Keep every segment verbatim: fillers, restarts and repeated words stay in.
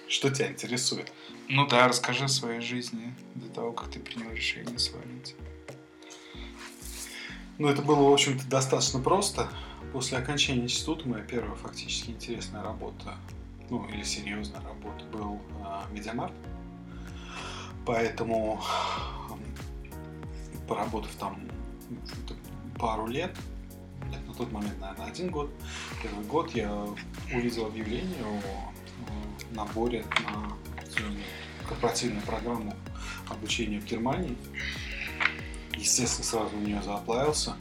Что тебя интересует? Ну да, расскажи о своей жизни до того, как ты принял решение свалить. Ну, это было, в общем-то, достаточно просто. После окончания института моя первая фактически интересная работа, ну, или серьезная работа, был э, Медиамаркт. Поэтому, поработав там пару лет, нет, на тот момент, наверное, один год, первый год я увидел объявление о наборе на корпоративную программу обучения в Германии. Естественно, сразу в нее зааплавился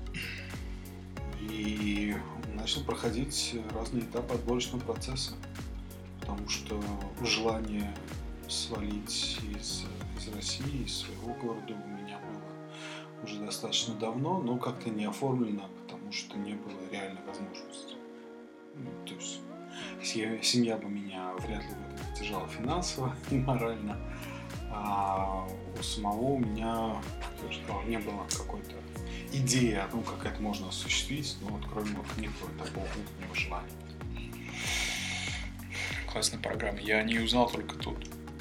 и начал проходить разные этапы отборочного процесса, потому что желание свалить из, из России, из своего города у меня было уже достаточно давно, но как-то не оформлено, потому что не было реальной возможности. Ну, то есть семья бы меня вряд ли в этом поддержала финансово и морально, а у самого у меня, как я уже сказал, не было какой-то идеи о том, как это можно осуществить, но вот кроме вот некого такого внутреннего желания. Классная программа. Я не узнал только тут.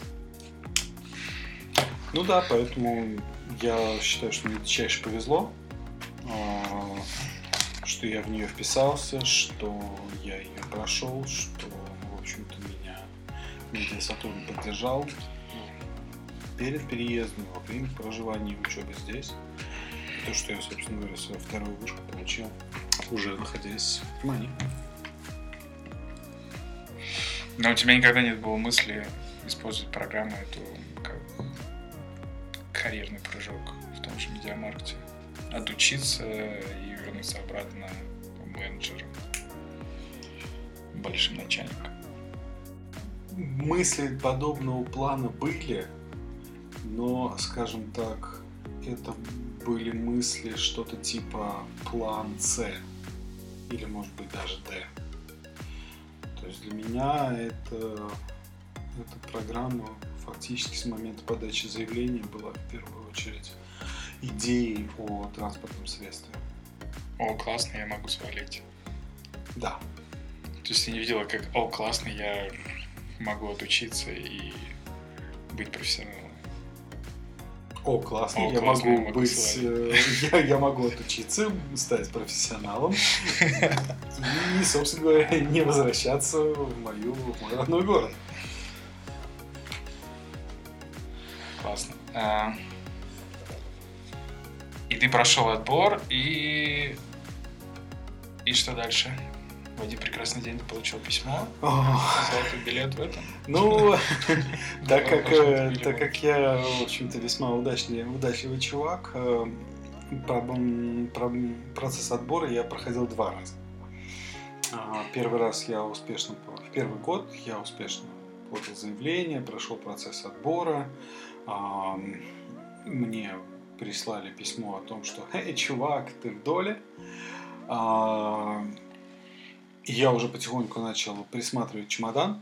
Ну да, поэтому я считаю, что мне дичайше повезло, что я в нее вписался, что я ее прошел, что, в общем-то, меня Медиа Сатурн поддержал перед переездом, во время проживания и учебы здесь. И то, что я, собственно говоря, свою вторую вышку получил, уже находясь в Германии. Но у тебя никогда нет было мысли использовать программу эту как карьерный прыжок в том же Медиамаркте? Отучиться и вернуться обратно менеджером, большим начальником? Мысли подобного плана были, но, скажем так, это были мысли что-то типа план С или, может быть, даже Д. То есть для меня это, эта программа фактически с момента подачи заявления была в первую очередь идеей о транспортном средстве. О, классно, я могу свалить. Да. То есть ты не видела, как, о, классно, я могу отучиться и быть профессионалом. О, классно, О, я классно, могу я могу быть, э, я, я могу отучиться, стать профессионалом и, собственно говоря, не возвращаться в, мою, в мой родной город. Классно. А, и ты прошел отбор, и... И что дальше? В один прекрасный день ты получил письмо, золотой билет в этом. Ну, так как, так как я, в общем-то, весьма удачный, удачливый чувак, процесс отбора я проходил два раза. Первый раз я успешно, в первый год я успешно подал заявление, прошел процесс отбора. Мне прислали письмо о том, что «Эй, чувак, ты в доле». Я уже потихоньку начал присматривать чемодан,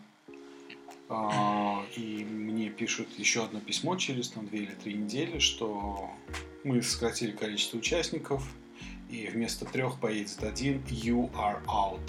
и мне пишут еще одно письмо через там, две или три недели, что мы сократили количество участников, и вместо трех поедет один, you are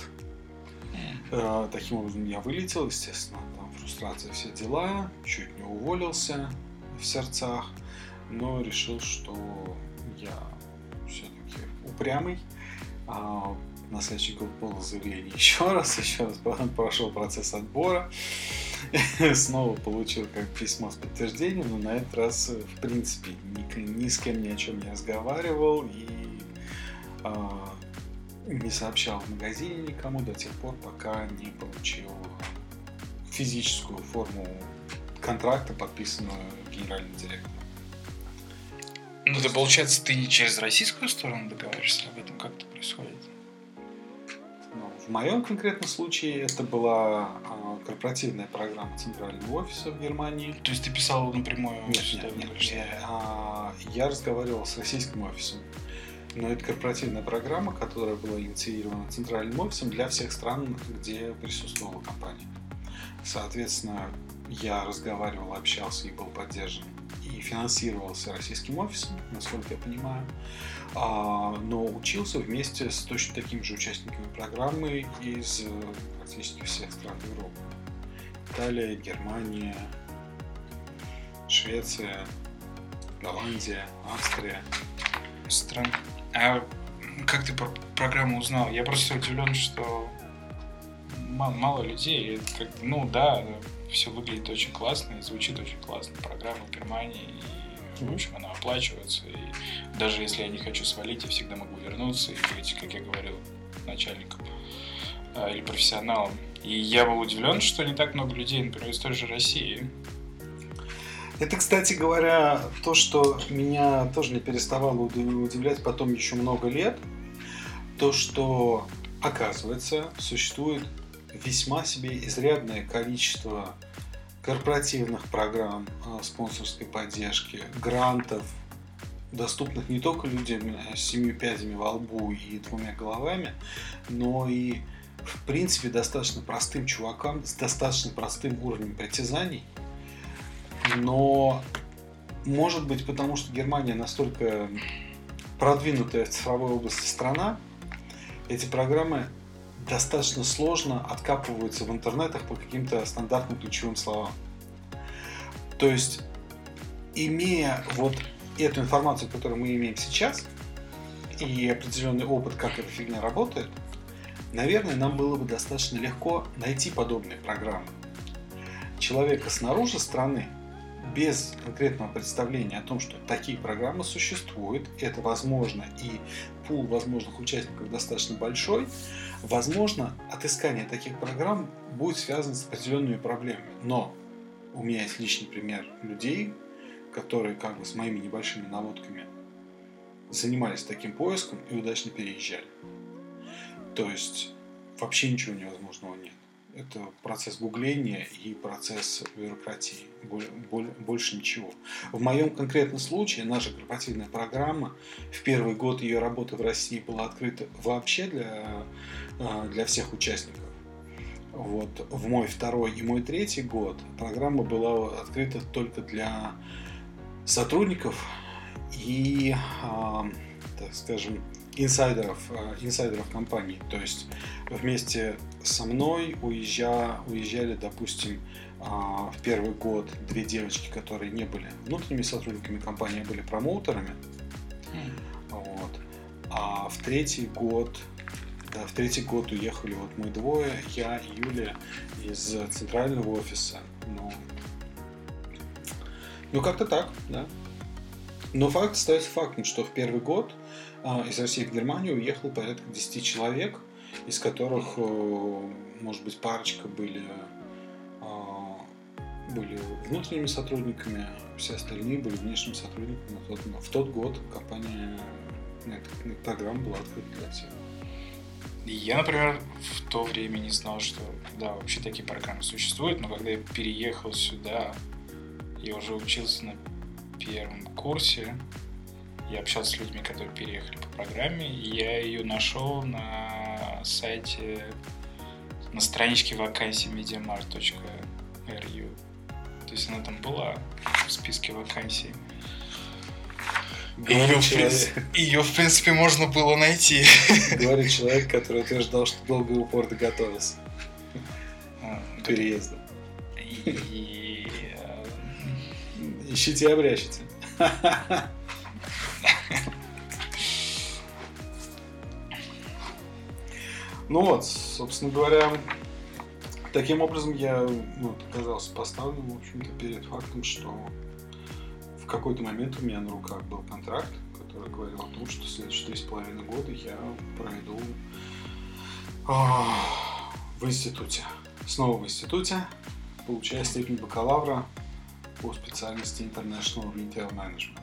out. Таким образом я вылетел, естественно, там фрустрация, все дела, чуть не уволился в сердцах, но решил, что я все-таки упрямый. На следующий год подал заявление еще раз, еще раз прошел процесс отбора, снова получил как письмо с подтверждением, но на этот раз, в принципе, ни, ни с кем ни о чем не разговаривал и э, не сообщал в магазине никому до тех пор, пока не получил физическую форму контракта, подписанную генеральным директором. Ну, это получается, ты не через российскую сторону договариваешься об этом, как это происходит? Ну, в моем конкретном случае это была а, корпоративная программа центрального офиса в Германии. То есть ты писал напрямую? Нет, нет, нет, нет. А, я разговаривал с российским офисом. Но это корпоративная программа, которая была инициирована центральным офисом для всех стран, где присутствовала компания. Соответственно, я разговаривал, общался и был поддержан и финансировался российским офисом, насколько я понимаю, но учился вместе с точно такими же участниками программы из практически всех стран Европы. Италия, Германия, Швеция, Голландия, Австрия. Странно. А как ты про программу узнал? Я просто удивлен, что мало, мало людей. Это как, ну да, все выглядит очень классно и звучит очень классно. Программа в Германии, и, в общем, она оплачивается. И даже если я не хочу свалить, я всегда могу вернуться и быть, как я говорил, начальником а, или профессионалом. И я был удивлен, что не так много людей, например, из той же России. Это, кстати говоря, то, что меня тоже не переставало удивлять потом еще много лет, то, что, оказывается, существует весьма себе изрядное количество корпоративных программ спонсорской поддержки, грантов, доступных не только людям с семью пядями во лбу и двумя головами, но и, в принципе, достаточно простым чувакам с достаточно простым уровнем притязаний. Но, может быть, потому что Германия настолько продвинутая в цифровой области страна, эти программы достаточно сложно откапываются в интернетах по каким-то стандартным ключевым словам. То есть, имея вот эту информацию, которую мы имеем сейчас, и определенный опыт, как эта фигня работает, наверное, нам было бы достаточно легко найти подобные программы. Человека снаружи страны, без конкретного представления о том, что такие программы существуют, это возможно, и пул возможных участников достаточно большой, возможно, отыскание таких программ будет связано с определенными проблемами. Но у меня есть личный пример людей, которые как бы с моими небольшими наводками занимались таким поиском и удачно переезжали. То есть вообще ничего невозможного нет. Это процесс гугления и процесс бюрократии. Больше ничего. В моем конкретном случае наша корпоративная программа в первый год ее работы в России была открыта вообще для, для всех участников. Вот. В мой второй и мой третий год программа была открыта только для сотрудников и, так скажем, инсайдеров, инсайдеров компании. То есть вместе со мной уезжа, уезжали, допустим, в первый год две девочки, которые не были внутренними сотрудниками компании, а были промоутерами. Mm. Вот. А в третий год, да, в третий год уехали вот мы двое, я и Юля из центрального офиса. Ну, ну как-то так, да. Но факт остается фактом, что в первый год из России в Германию уехало порядка десять человек, из которых, может быть, парочка были, были внутренними сотрудниками, все остальные были внешними сотрудниками. В тот год компания, эта программа была открыта для всех. Я, например, в то время не знал, что да, вообще такие программы существуют, но когда я переехал сюда, я уже учился на первом курсе, я общался с людьми, которые переехали по программе, и я ее нашел на сайте, на страничке вакансий медиамарт точка ру. То есть она там была в списке вакансий. Ее, в принципе, ее, в принципе, можно было найти. Говорит человек, который утверждал, что долго и упорно готовился к переезду. И... Ищите и обрящите. Ну вот, собственно говоря, таким образом я ну, оказался поставлен, в общем-то, перед фактом, что в какой-то момент у меня на руках был контракт, который говорил о том, что следующие три с половиной года я пройду в институте. Снова в институте, получая степень бакалавра по специальности International Retail Management.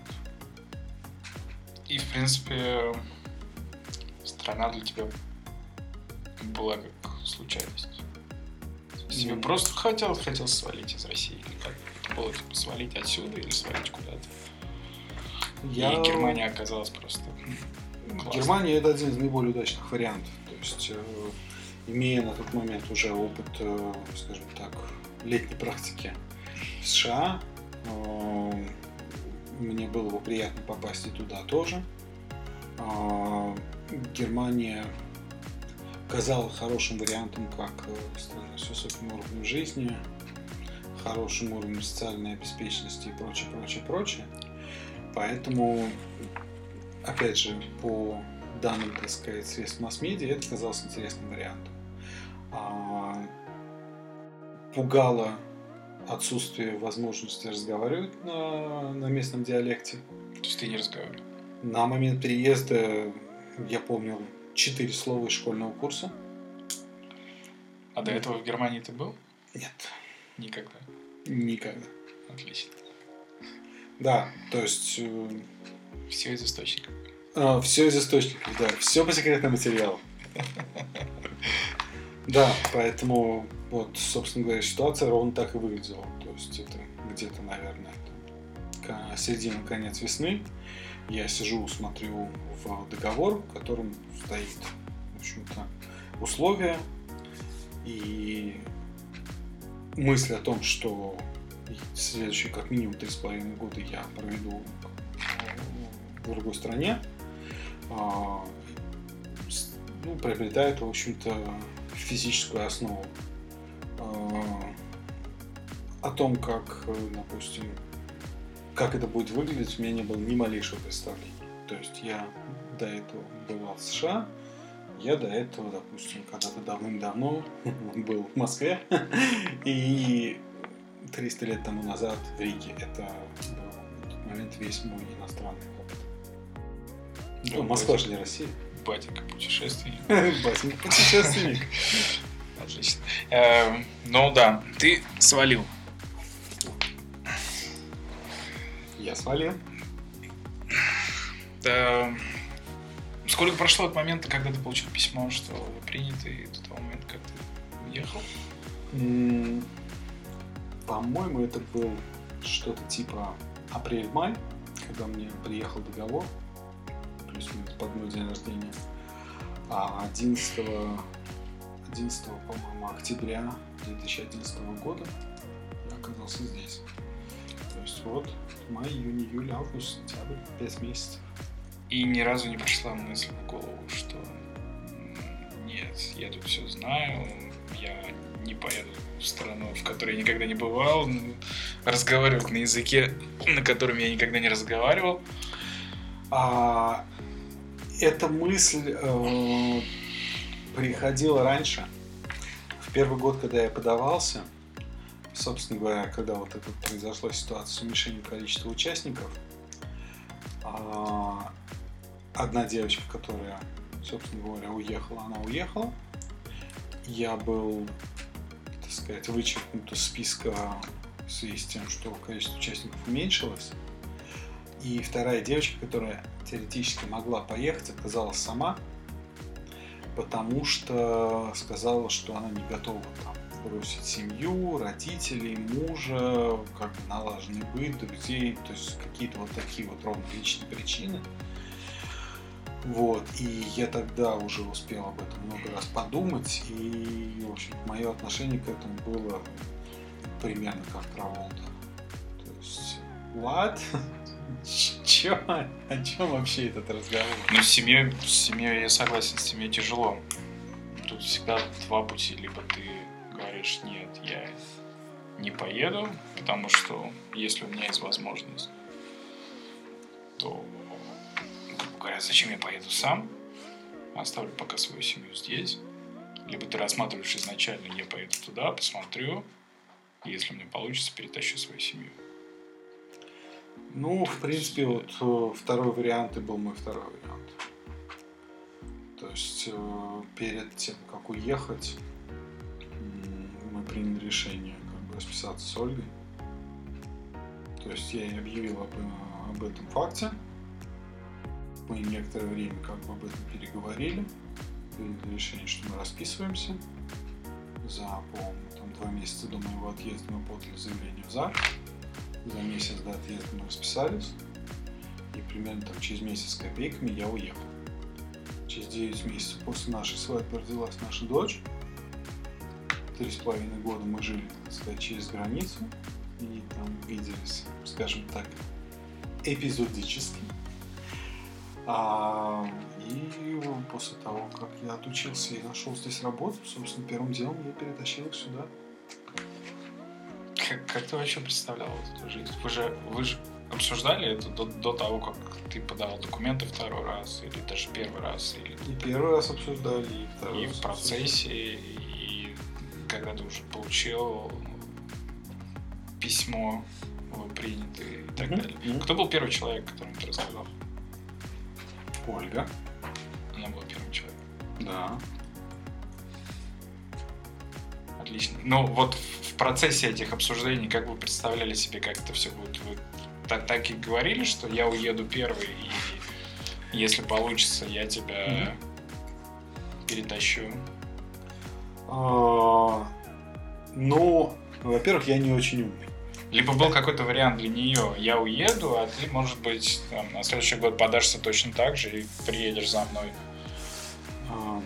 И, в принципе, страна для тебя была как случайность. Тебе mm. просто хотел, хотел свалить из России, или как? Это было типа свалить отсюда или свалить куда-то? Я... И Германия оказалась просто классной. Германия — это один из наиболее удачных вариантов. То есть, э, имея на тот момент уже опыт, э, скажем так, летней практики в США, э, мне было бы приятно попасть и туда тоже. Э, Германия казалась хорошим вариантом как страна с высоким уровнем жизни, хорошим уровнем социальной обеспеченности и прочее, прочее, прочее. Поэтому, опять же, по данным, так сказать, средств масс-медиа, это казалось интересным вариантом. А, пугало отсутствие возможности разговаривать на, на местном диалекте. То есть ты не разговаривал? На момент переезда я помнил четыре слова из школьного курса. А до этого в Германии ты был? Нет. Никогда? Никогда. Отлично. Да, то есть... Э, все из источников. Э, все из источников, да. Все по секретным материалам. Да, поэтому, вот, собственно говоря, ситуация ровно так и выглядела. То есть это где-то, наверное, середина, конец весны. Я сижу, смотрю в договор, в котором стоит, в общем-то, условия и мысль о том, что следующие как минимум три с половиной года я проведу в другой стране, ну, приобретает, в общем-то, физическую основу. О том, как, допустим, как это будет выглядеть, у меня не было ни малейшего представления. То есть я до этого бывал в США, я до этого, допустим, когда-то давным-давно был в Москве, и триста лет тому назад в Риге. Это был в тот момент весь мой иностранный опыт. Ну, Москва же не Россия. Батенька путешественник. Батенька путешественник. Отлично. Ну да, ты свалил. Я свалил. Да. Сколько прошло от момента, когда ты получил письмо, что вы приняты, и до того момента, как ты уехал? Mm, по-моему, это был что-то типа апрель-май, когда мне приехал договор, плюс-минус под мой день рождения. А одиннадцатого, одиннадцатого, по-моему, октября две тысячи одиннадцатого года я оказался здесь. То есть вот май, июнь, июль, август, сентябрь, пять месяцев. И ни разу не пришла мысль в голову, что нет, я тут все знаю, я не поеду в страну, в которой я никогда не бывал, разговаривать на языке, на котором я никогда не разговаривал. А, эта мысль э, приходила раньше. В первый год, когда я подавался, собственно говоря, когда вот это произошла ситуация с уменьшением количества участников, э, одна девочка, которая, собственно говоря, уехала, она уехала. Я был, так сказать, вычеркнут из списка в связи с тем, что количество участников уменьшилось. И вторая девочка, которая теоретически могла поехать, отказалась сама, потому что сказала, что она не готова там бросить семью, родителей, мужа, как бы налаженный быт, друзей, то есть какие-то вот такие вот ровно личные причины. Вот, и я тогда уже успел об этом много раз подумать, и, в общем, мое отношение к этому было примерно как Траволта. То есть, what? Чё? О чем вообще этот разговор? Ну, с семьей, с семьей я согласен, с семьей тяжело. Тут всегда два пути. Либо ты говоришь, нет, я не поеду, потому что если у меня есть возможность, то, грубо говоря, зачем я поеду сам? Оставлю пока свою семью здесь. Либо ты рассматриваешь изначально, я поеду туда, посмотрю, и если мне получится, перетащу свою семью. Ну, в принципе, вот второй вариант и был мой второй вариант. То есть перед тем, как уехать, мы приняли решение как бы расписаться с Ольгой. То есть я ей объявил об, об этом факте. Мы некоторое время как бы об этом переговорили. Приняли решение, что мы расписываемся. За, по-моему, там, два месяца до моего отъезда мы подали заявление в ЗАГС. За месяц до отъезда мы расписались. И примерно там через месяц с копейками я уехал. Через девять месяцев после нашей свадьбы родилась наша дочь. Три с половиной года мы жили, так сказать, через границу. И там виделись, скажем так, эпизодически. А, и после того, как я отучился и нашел здесь работу, собственно, первым делом я перетащил их сюда. Как, как ты вообще представлял эту жизнь? Вы же, вы же обсуждали это до, до того, как ты подавал документы второй раз, или даже первый раз? Или... И первый раз обсуждали, и второй И раз в процессе, и когда ты уже получил письмо, вы приняты и так Mm-hmm. далее. Mm-hmm. Кто был первый человек, которому ты рассказал? Ольга. Она была первым человеком. Да. Отлично. Ну, вот в процессе этих обсуждений, как вы представляли себе, как это все будет? Вы так, так и говорили, что я уеду первый, и если получится, я тебя mm-hmm. перетащу? А, ну, во-первых, я не очень умный. Либо был какой-то вариант для нее, я уеду, а ты, может быть, там, на следующий год подашься точно так же и приедешь за мной. А,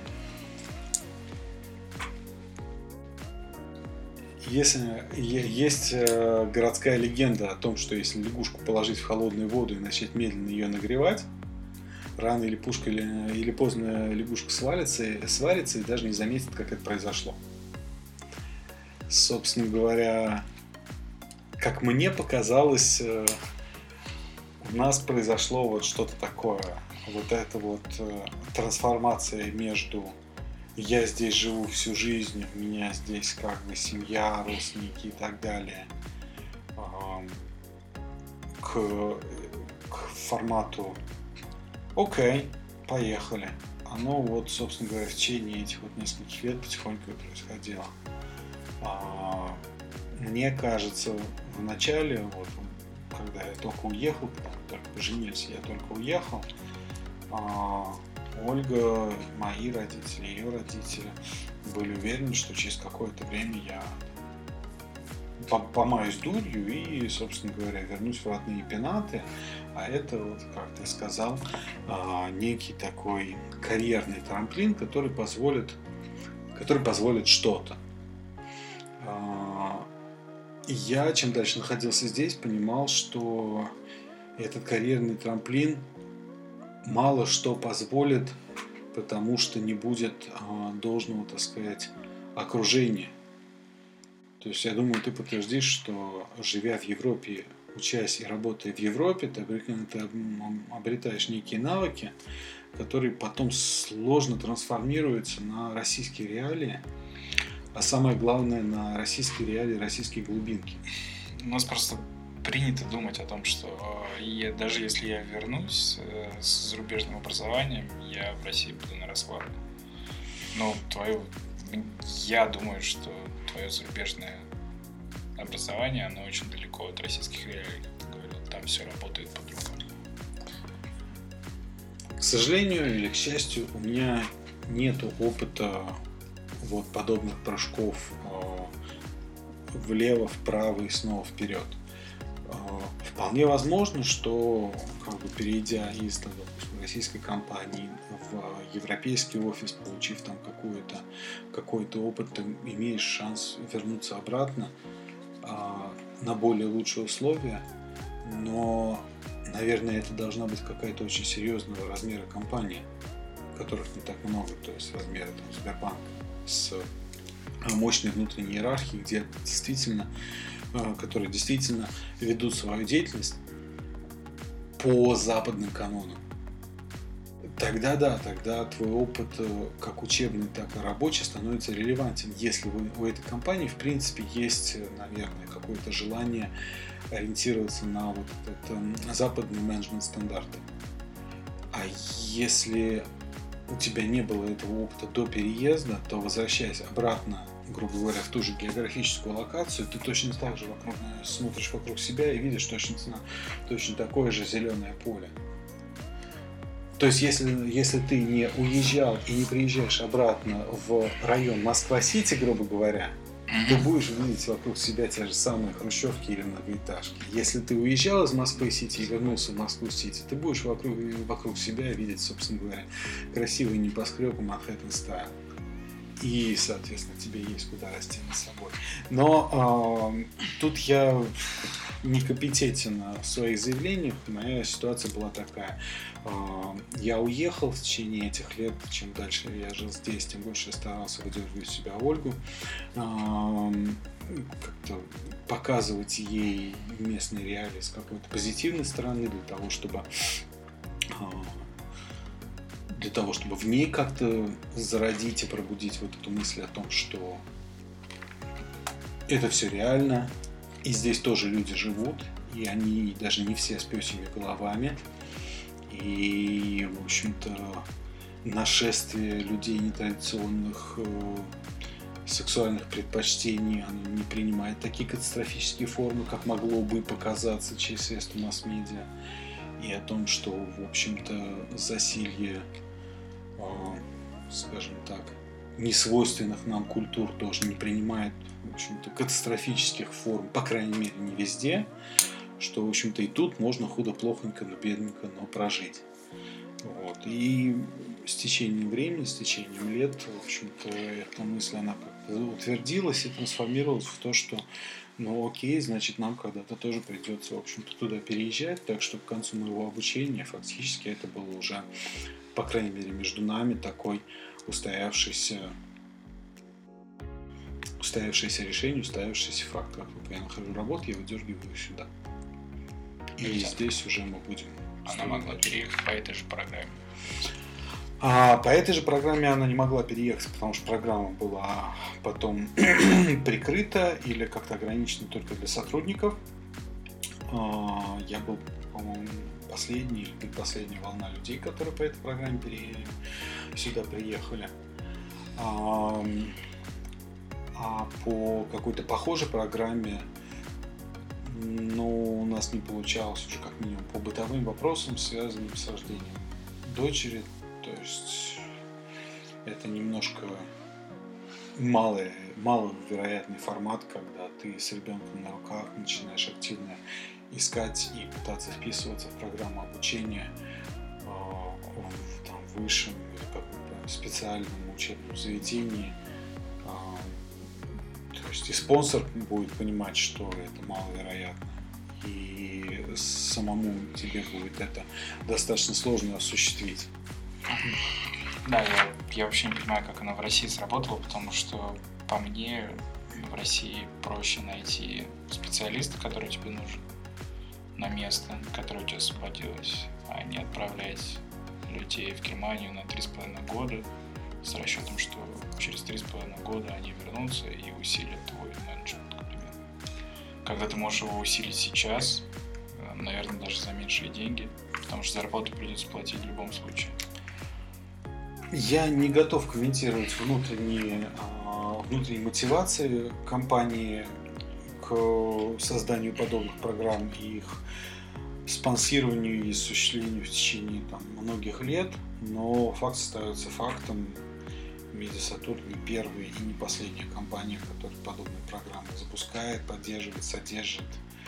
Если есть городская легенда о том, что если лягушку положить в холодную воду и начать медленно ее нагревать, рано или, пушка, или, или поздно лягушка свалится, сварится и даже не заметит, как это произошло. Собственно говоря, как мне показалось, у нас произошло вот что-то такое. Вот эта вот трансформация между «я здесь живу всю жизнь, у меня здесь как бы семья, родственники и так далее», к, к формату «окей, поехали». Оно вот, собственно говоря, в течение этих вот нескольких лет потихоньку происходило. Мне кажется, в начале, вот, когда я только уехал, только поженился, я только уехал, Ольга, мои родители, ее родители были уверены, что через какое-то время я помаюсь дурью и, собственно говоря, вернусь в родные пенаты. А это, вот, как ты сказал, некий такой карьерный трамплин, который позволит, который позволит что-то. И я, чем дальше находился здесь, понимал, что этот карьерный трамплин мало что позволит, потому что не будет а, должного, так сказать, окружения. То есть я думаю, ты подтвердишь, что живя в Европе, учась и работая в Европе, ты, ты обретаешь некие навыки, которые потом сложно трансформируются на российские реалии, а самое главное на российские реалии, российские глубинки. У нас просто принято думать о том, что я, даже если я вернусь э, с зарубежным образованием, я в России буду на расхват. Но твое, я думаю, что твое зарубежное образование, оно очень далеко от российских реалий, как ты говорил, там все работает по-другому. К сожалению или к счастью, у меня нету опыта вот подобных прыжков э, влево, вправо и снова вперед. Вполне возможно, что как бы, перейдя из, допустим, российской компании в европейский офис, получив там какой-то, какой-то опыт, ты имеешь шанс вернуться обратно а, на более лучшие условия, но, наверное, это должна быть какая-то очень серьезного размера компания, которых не так много, то есть размера там, Сбербанка, с мощной внутренней иерархией, где действительно которые действительно ведут свою деятельность по западным канонам. Тогда да, тогда твой опыт как учебный, так и рабочий становится релевантен, если вы, у этой компании в принципе есть, наверное, какое-то желание ориентироваться на вот этот западные менеджмент-стандарты. А если у тебя не было этого опыта до переезда, то, возвращаясь обратно, грубо говоря, в ту же географическую локацию, ты точно так же вокруг, смотришь вокруг себя и видишь точно, точно такое же зеленое поле. То есть, если, если ты не уезжал и не приезжаешь обратно в район Москва-Сити, грубо говоря, ты будешь видеть вокруг себя те же самые хрущевки или многоэтажки. Если ты уезжал из Москвы-Сити и вернулся в Москву-Сити, ты будешь вокруг, вокруг себя видеть, собственно говоря, красивые небоскребы Манхэттен-стайл. И, соответственно, тебе есть куда расти над собой. Но э, тут я некомпетентен в своих заявлениях. Моя ситуация была такая. Э, я уехал в течение этих лет. Чем дальше я жил здесь, тем больше я старался выдерживать себя Ольгу. Э, как-то показывать ей местные реалии с какой-то позитивной стороны, для того, чтобы для того, чтобы в ней как-то зародить и пробудить вот эту мысль о том, что это все реально, и здесь тоже люди живут, и они даже не все с пёсьими головами, и, в общем-то, нашествие людей нетрадиционных сексуальных предпочтений, оно не принимает такие катастрофические формы, как могло бы показаться через средства масс-медиа, и о том, что, в общем-то, засилье, скажем так, несвойственных нам культур тоже не принимает, в общем-то, катастрофических форм, по крайней мере, не везде, что, в общем-то, и тут можно худо-плохонько, но бедненько, но прожить. Вот. И с течением времени, с течением лет, в общем-то, эта мысль, она как-то утвердилась и трансформировалась в то, что, ну окей, значит, нам когда-то тоже придется, в общем-то, туда переезжать, так что к концу моего обучения фактически это было уже, по крайней мере, между нами такой устоявшийся, устоявшееся решение, устоявшийся факт. Как только я нахожу работу, я выдергиваю сюда. И Нельзя. Здесь уже мы будем... Она могла переехать по этой же программе. А по этой же программе она не могла переехать, потому что программа была потом прикрыта или как-то ограничена только для сотрудников. Я был, по-моему, последний или предпоследняя волна людей, которые по этой программе пере... сюда приехали. А, а по какой-то похожей программе, ну, у нас не получалось уже как минимум по бытовым вопросам, связанным с рождением дочери. То есть это немножко малый, маловероятный формат, когда ты с ребенком на руках начинаешь активно искать и пытаться вписываться в программу обучения э, в там, высшем или каком-то специальном учебном заведении. Э, то есть и спонсор будет понимать, что это маловероятно, и самому тебе будет это достаточно сложно осуществить. Да, я, я вообще не понимаю, как она в России сработала, потому что по мне в России проще найти специалиста, который тебе нужен, на место, которое у тебя освободилось, а не отправлять людей в Германию на три с половиной года с расчетом, что через три с половиной года они вернутся и усилят твой менеджмент, к примеру. Когда ты можешь его усилить сейчас, наверное, даже за меньшие деньги, потому что зарплату придется платить в любом случае. Я не готов комментировать внутренние, внутренние мотивации компании к созданию подобных программ и их спонсированию и осуществлению в течение там, многих лет, но факт остается фактом. Медиасатурн не первая и не последняя компания, которая подобные программы запускает, поддерживает, содержит.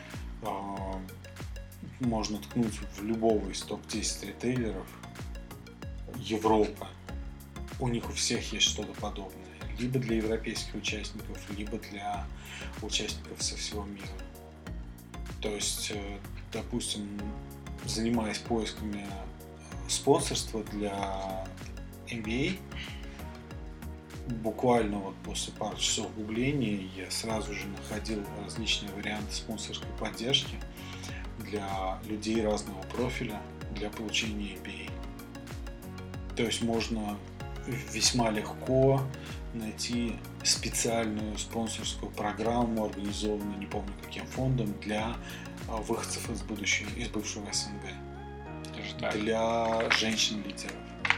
Можно ткнуть в любого из топ десять ритейлеров Европы. У них у всех есть что-то подобное. Либо для европейских участников, либо для участников со всего мира. То есть, допустим, занимаясь поисками спонсорства для эн би эй, буквально вот после пары часов гугления я сразу же находил различные варианты спонсорской поддержки для людей разного профиля для получения эн би эй. То есть можно весьма легко найти специальную спонсорскую программу, организованную не помню каким фондом, для выходцев из будущего, из бывшего эс эн гэ, для женщин-лидеров,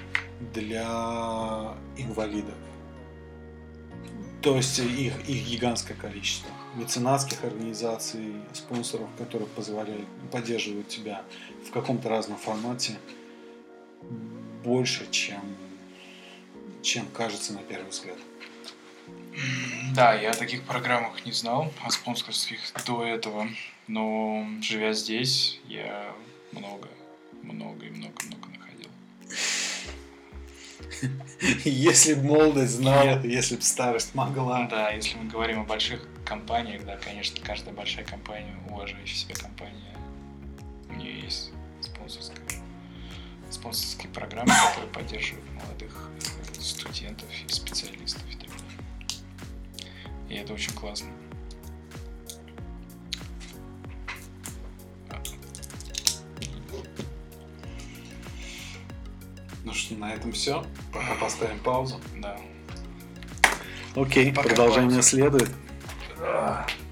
для инвалидов. То есть их, их гигантское количество. Меценатских организаций, спонсоров, которые позволяют, поддерживают тебя в каком-то разном формате, больше, чем, чем кажется на первый взгляд. Да, я о таких программах не знал, о спонсорских до этого, но живя здесь, я много, много и много-много находил. Если бы молодость знала, если бы старость могла. Да, если мы говорим о больших компаниях, да, конечно, каждая большая компания, уважающая себя компания, у нее есть спонсорская, спонсорские программы, которые поддерживают молодых студентов и специалистов и так далее. И это очень классно. Ну что, на этом все. Пока поставим паузу. Да. Окей, Пока продолжение пауза. следует.